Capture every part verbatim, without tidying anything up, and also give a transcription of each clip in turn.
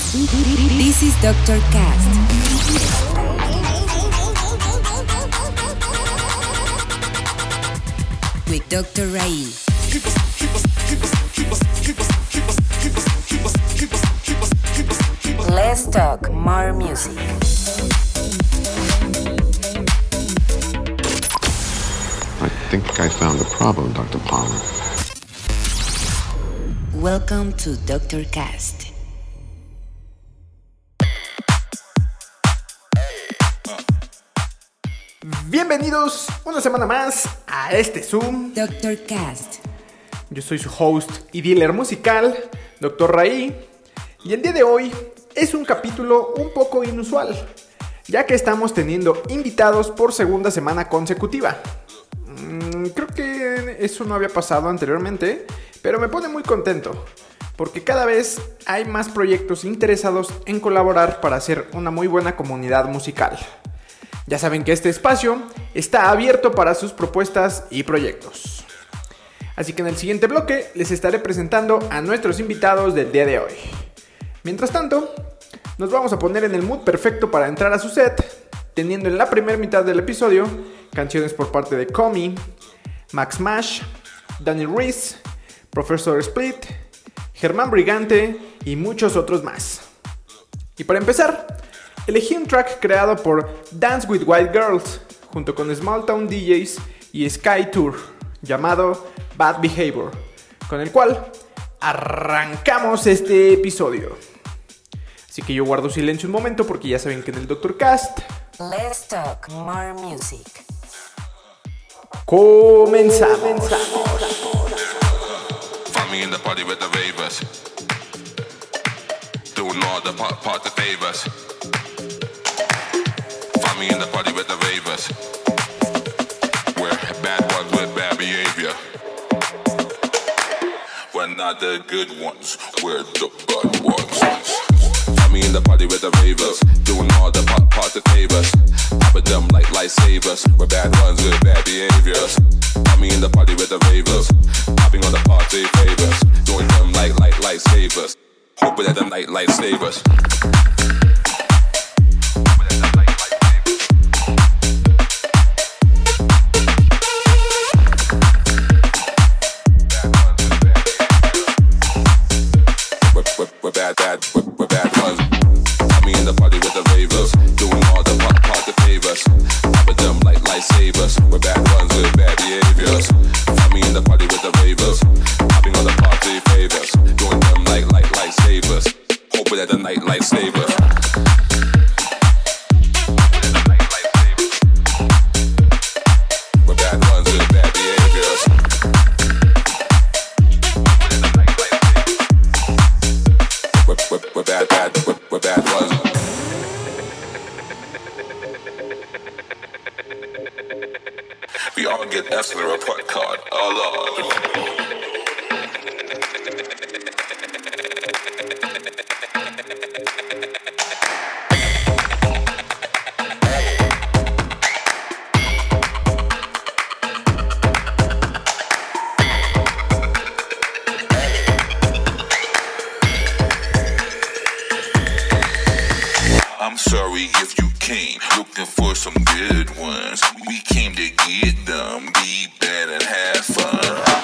This is Doctor Cast. With Doctor Ray. Let's talk more music. I think I found the problem, Doctor Palmer. Welcome to Doctor Cast. Bienvenidos una semana más a este Zoom. Doctor Cast. Yo soy su host y dealer musical, Doctor Ray. Y el día de hoy es un capítulo un poco inusual, ya que estamos teniendo invitados por segunda semana consecutiva. Mm, creo que eso no había pasado anteriormente, pero me pone muy contento, porque cada vez hay más proyectos interesados en colaborar para hacer una muy buena comunidad musical. Ya saben que este espacio está abierto para sus propuestas y proyectos. Así que en el siguiente bloque les estaré presentando a nuestros invitados del día de hoy. Mientras tanto, nos vamos a poner en el mood perfecto para entrar a su set, teniendo en la primera mitad del episodio canciones por parte de Comi, Max Mash, Danny Reese, Professor Split, Germán Brigante y muchos otros más. Y para empezar, elegí un track creado por Dance with White Girls junto con Small Town D Js y Sky Tour, llamado Bad Behavior, con el cual arrancamos este episodio. Así que yo guardo silencio un momento porque ya saben que en el Doctor Cast Let's talk more music. Comenzamos. Find me in the party with the ravers, doing all the part, part the favors. Find me in the party with the ravers, we're bad ones with bad behavior. We're not the good ones, we're the bad ones. Find me in the party with the ravers, doing all the part, part the favors. Popping them like lifesavers, we're bad ones with bad behaviors. Find me in the party with the ravers, popping on the party favors, doing them like like lifesavers. Hoping that the night lifesavers. We're bad, bad, we're, we're bad ones. Find me in the party with the ravers, doing all the part, part the favors. Popping them like lifesavers. We're bad ones with bad behaviors. Find me in the party with the ravers, popping all the party favors, doing them like like lifesavers. Hoping that the night lifesavers. We're bad ones with bad behaviors. We're, we're, we're bad, bad, we're, we're bad ones. We all get F's in the report card. Oh Lord. I'm sorry if you came looking for some good ones. We came to get them, be bad and have fun.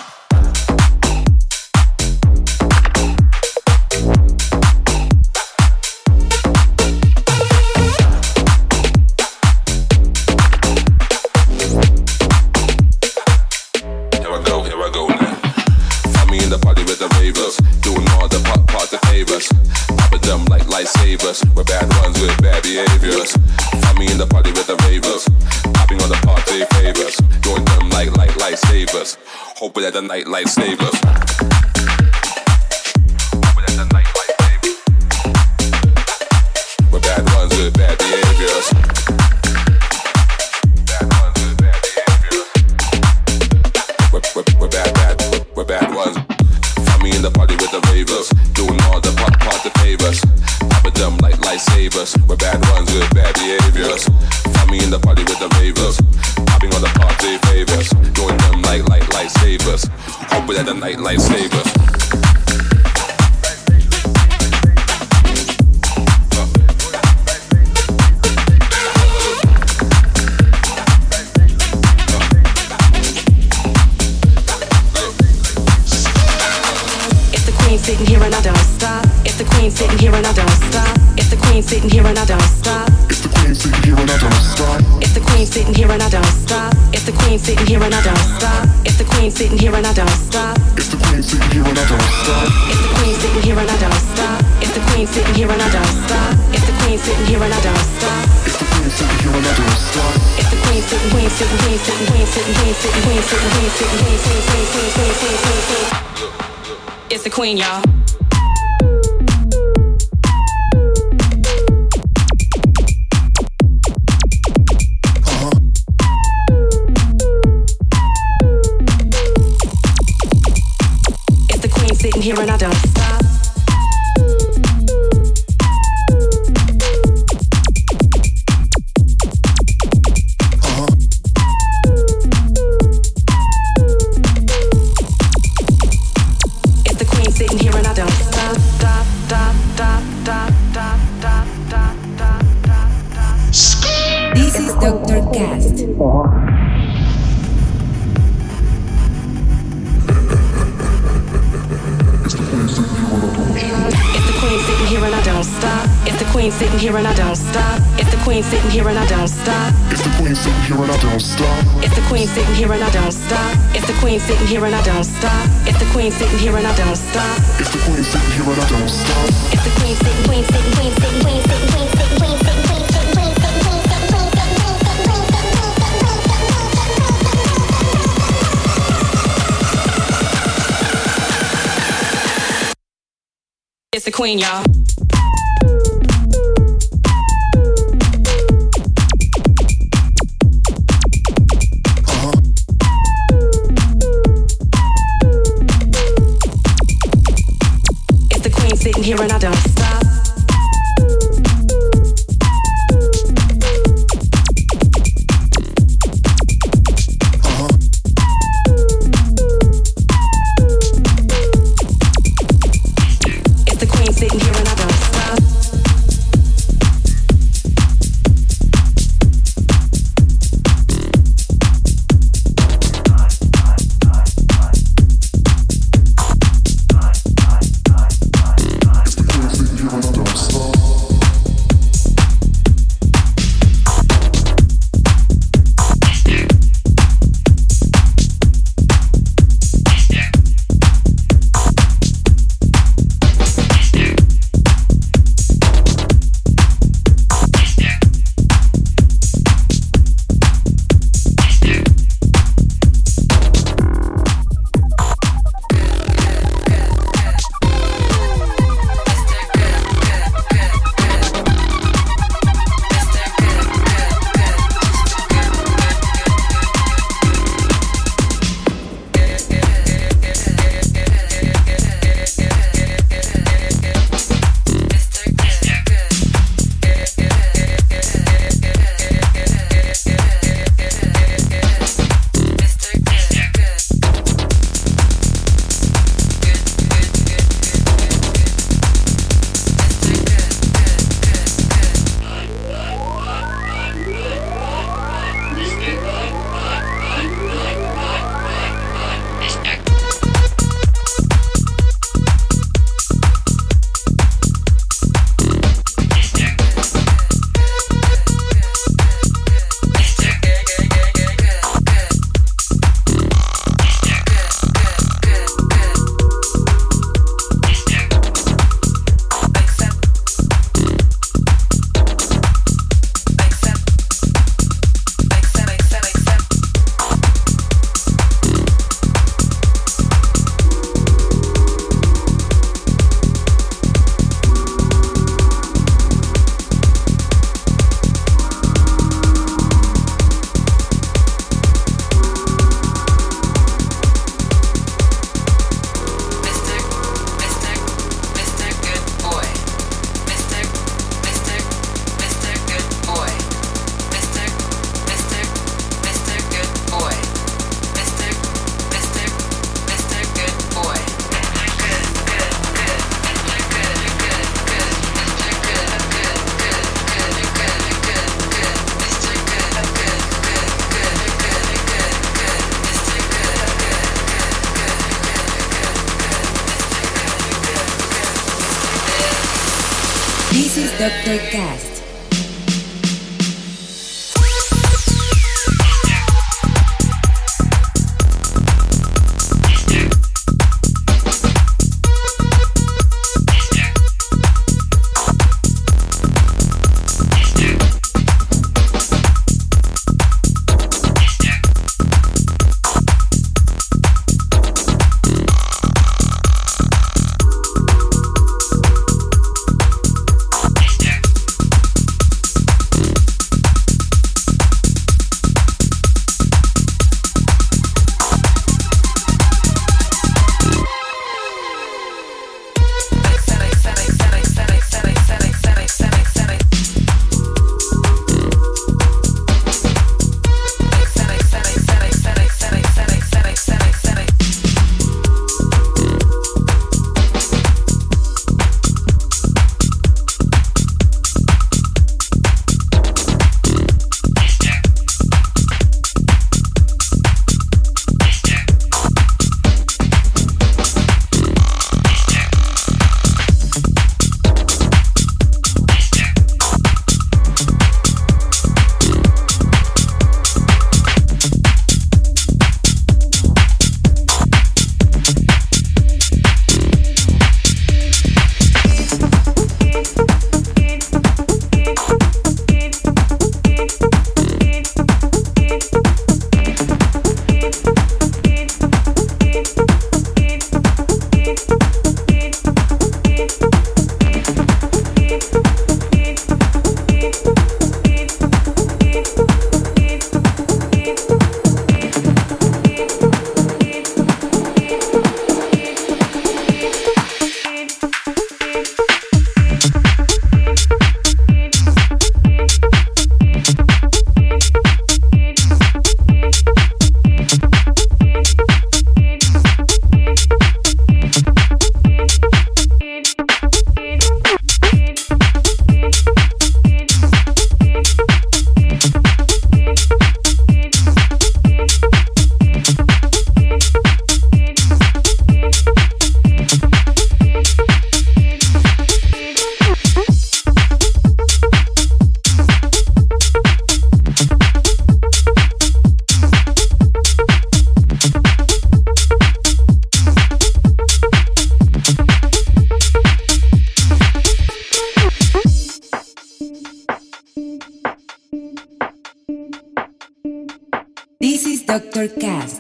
Here I go, here I go now. Find me in the party with the ravers, doing all the part, part the favors. Popping them like lifesavers. We're bad ones with bad behaviors. Find me in the party with the ravers, popping on the party favors, doing them like like lifesavers. Hoping that the night lifesavers. Hoping that the night lifesavers. We're bad ones with bad behaviors. Bad ones with bad behaviors. We're, we're, we're bad, bad, we're, we're bad ones. Find me in the party with the ravers, doing all the part, part the favors. Popping them like lifesavers. We're bad ones with bad behaviors. Find me in the party with the ravers, popping on the party favors, doing them like like lifesavers. Hoping that the night lifesavers. here and I don't stop. It's the queen sitting here and I don't stop. It's the queen sitting here and I don't stop. It's the queen sitting here and I don't stop. It's the queen sitting here and I don't stop. It's the queen sitting here and I don't stop. It's the queen sitting here and I don't stop. It's the queen sitting here and I don't stop. It's the queen sitting here and I don't stop. It's the queen sitting here and I don't stop. It's the queen sitting here and I don't stop. It's the queen sitting here and I don't stop. It's the queen sitting, queen sitting, queen sitting, queen sitting, queen sitting, queen sitting, queen sitting, queen sitting, queen sitting, queen sitting, queen sitting. It's the queen, y'all. Sitting here and I don't stop. Uh-huh. It's the queen sitting here and I don't stop. Stop, stop, stop, stop, stop, stop, stop, stop, stop. This is Doctor Cast. Uh-huh. It's the queen sitting here and I don't stop. It's the queen sitting here and I don't stop. It's the queen sitting here and I don't stop. It's the queen sitting here and I don't stop. It's the queen sitting here and I don't stop. It's the queen sitting here and I don't stop. It's the queen sitting here and I don't stop. It's the queen sitting here and I don't stop. It's the queen sitting, queen sitting, queen sitting, queen sitting, queen sitting, queen sitting, queen sitting, queen sitting, queen sitting, queen sitting, queen sitting, queen sitting. It's the queen, y'all. Uh-huh. It's the queen sitting here and I don't stop. Uh-huh. It's the queen sitting here and I don't stop. This is Doctor Cast. This is Doctor Cast.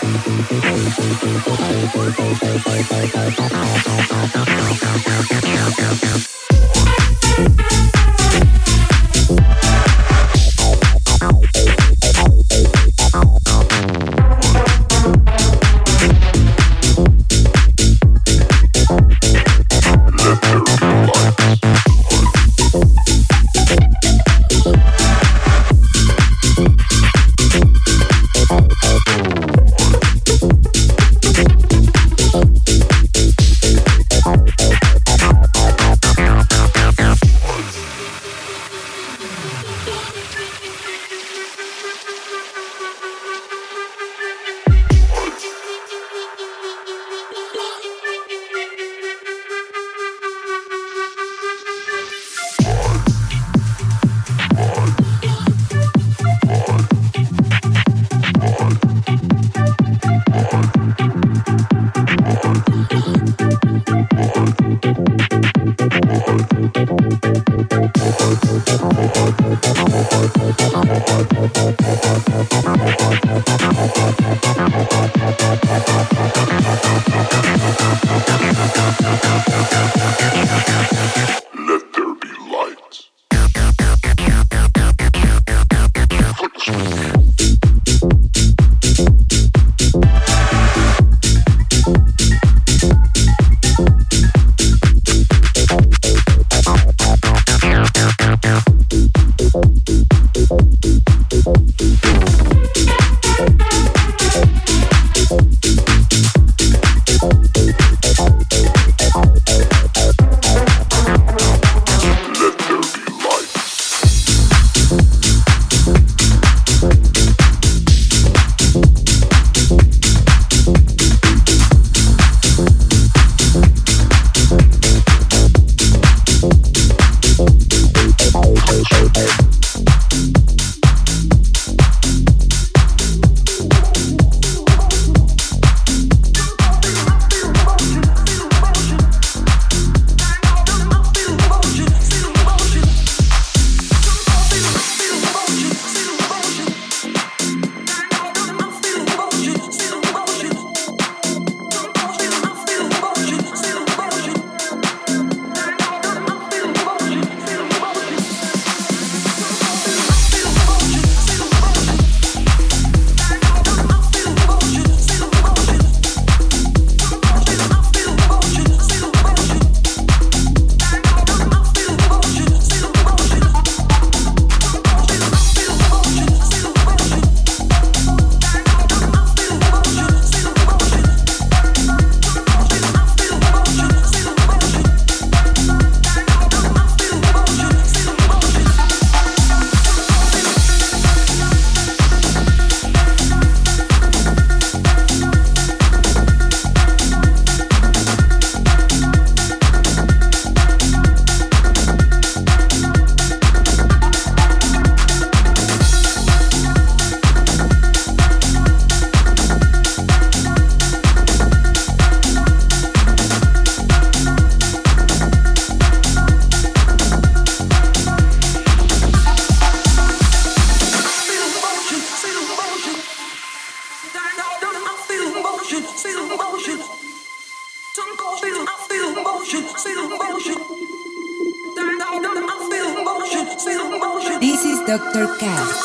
This is Doctor Cast.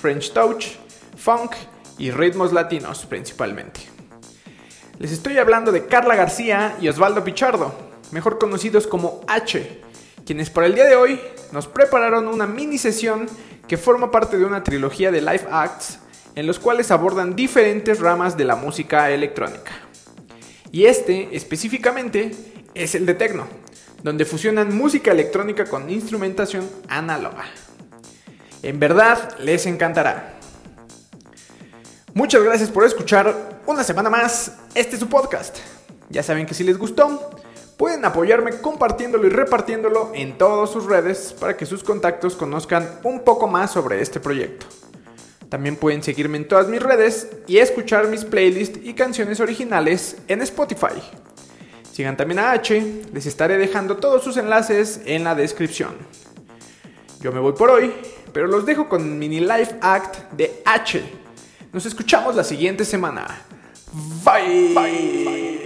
French touch, funk y ritmos latinos principalmente. Les estoy hablando de Carla García y Osvaldo Pichardo, mejor conocidos como H, quienes para el día de hoy nos prepararon una mini sesión que forma parte de una trilogía de live acts en los cuales abordan diferentes ramas de la música electrónica. Y este, específicamente, es el de techno, donde fusionan música electrónica con instrumentación análoga. En verdad, les encantará. Muchas gracias por escuchar una semana más este es su podcast. Ya saben que si les gustó, pueden apoyarme compartiéndolo y repartiéndolo en todas sus redes para que sus contactos conozcan un poco más sobre este proyecto. También pueden seguirme en todas mis redes y escuchar mis playlists y canciones originales en Spotify. Sigan también a H, les estaré dejando todos sus enlaces en la descripción. Yo me voy por hoy, pero los dejo con un mini live act de H. Nos escuchamos la siguiente semana. Bye. Bye.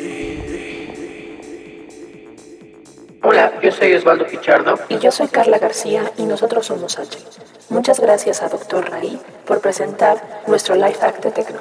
Hola, yo soy Osvaldo Pichardo. Y yo soy Carla García y nosotros somos H. Muchas gracias a doctor Ray por presentar nuestro live act de techno.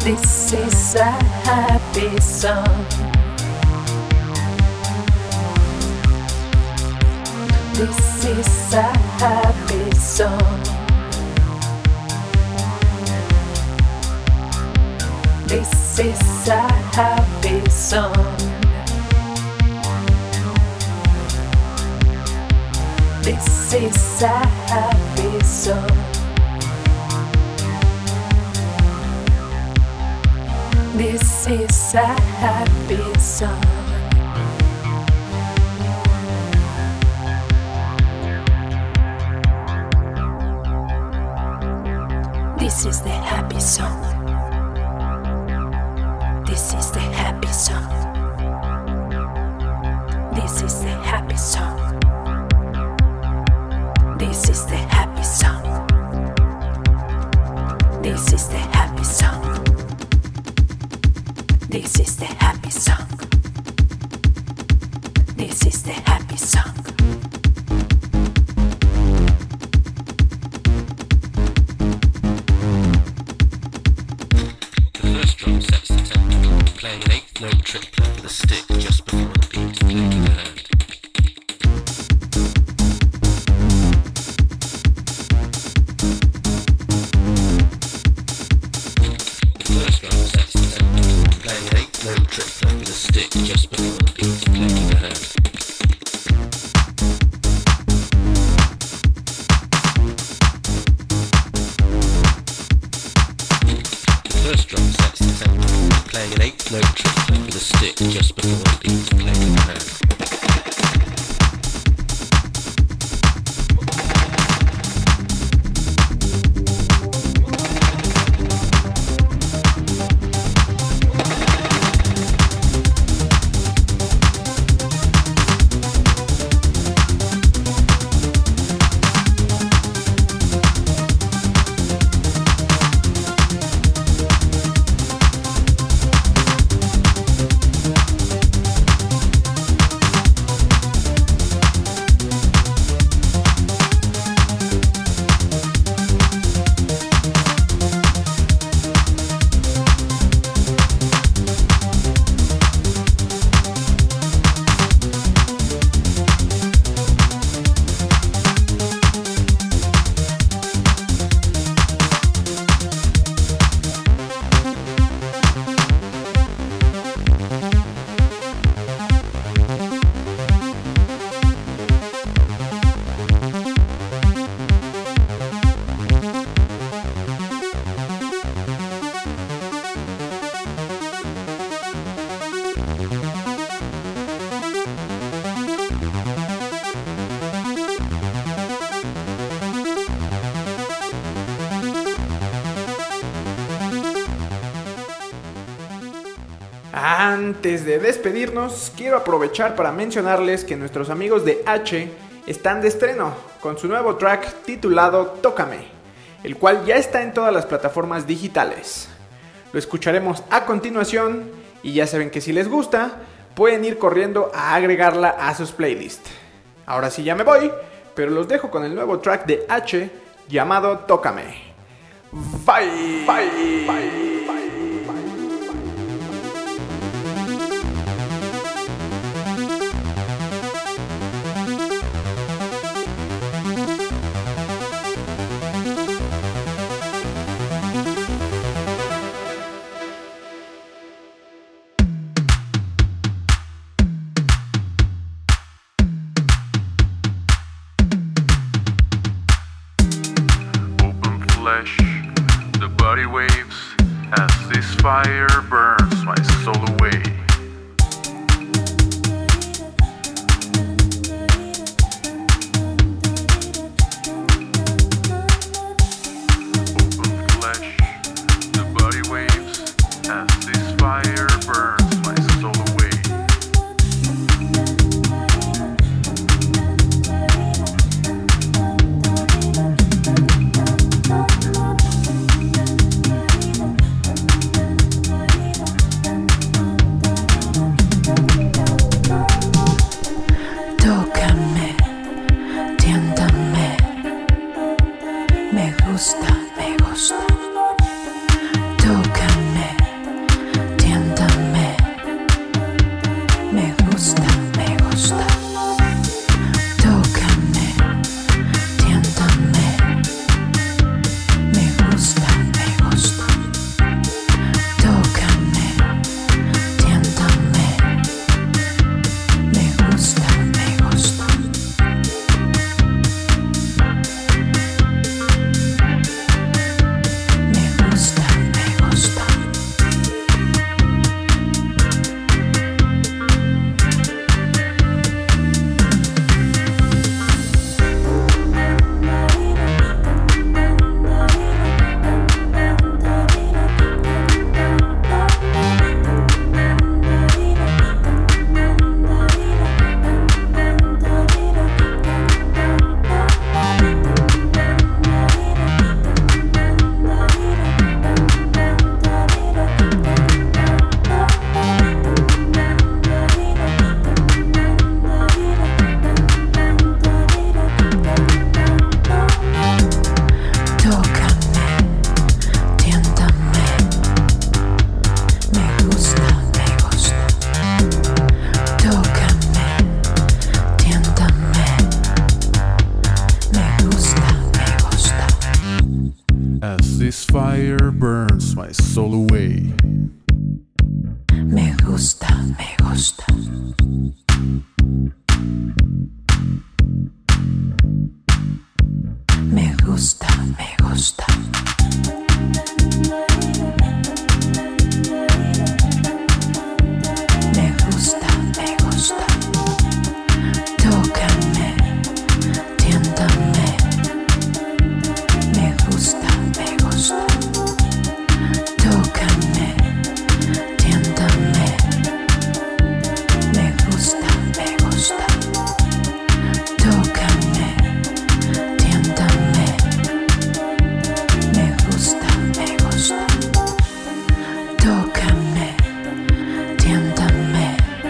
This is a happy song. This is a happy song. This is a happy song. This is a happy song. This is a happy song. This is the happy song. This is the happy song. This is the happy song. This is the happy song. This is the happy song. This is the happy song. This is the happy song. The first drum sets the tempo, playing an eighth note triplet with a stick just before the beat is played with the hand. Triplet with a stick just before the beat is played with the hand. The first drum sets the tempo, playing an eighth note triplet with a stick just before the beat is played with the hand. Antes de despedirnos, quiero aprovechar para mencionarles que nuestros amigos de H están de estreno con su nuevo track titulado Tócame, el cual ya está en todas las plataformas digitales. Lo escucharemos a continuación y ya saben que si les gusta, pueden ir corriendo a agregarla a sus playlists. Ahora sí ya me voy, pero los dejo con el nuevo track de H llamado Tócame. Bye, bye, bye. The body waves as this fire burns my soul away. Open flesh, the body waves as this fire burns my soul away. Me gusta, me gusta. Tócame. fire burns my soul away. Me gusta, me gusta. Me gusta, me gusta. Me gusta, me gusta. Tócame, tiéntame. Me gusta, me gusta. Tócame, tiéntame. Me gusta, me gusta. Tócame, tiéntame. Me gusta, me gusta. Tócame, tiéntame.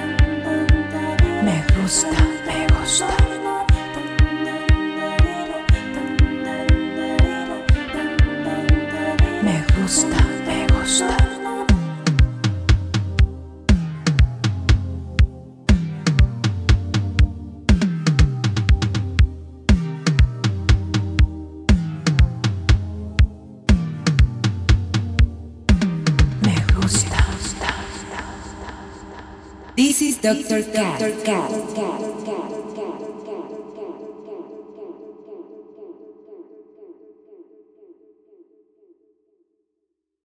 Me gusta, me gusta. Me gusta, me gusta. Me gusta. This is Doctor Cat.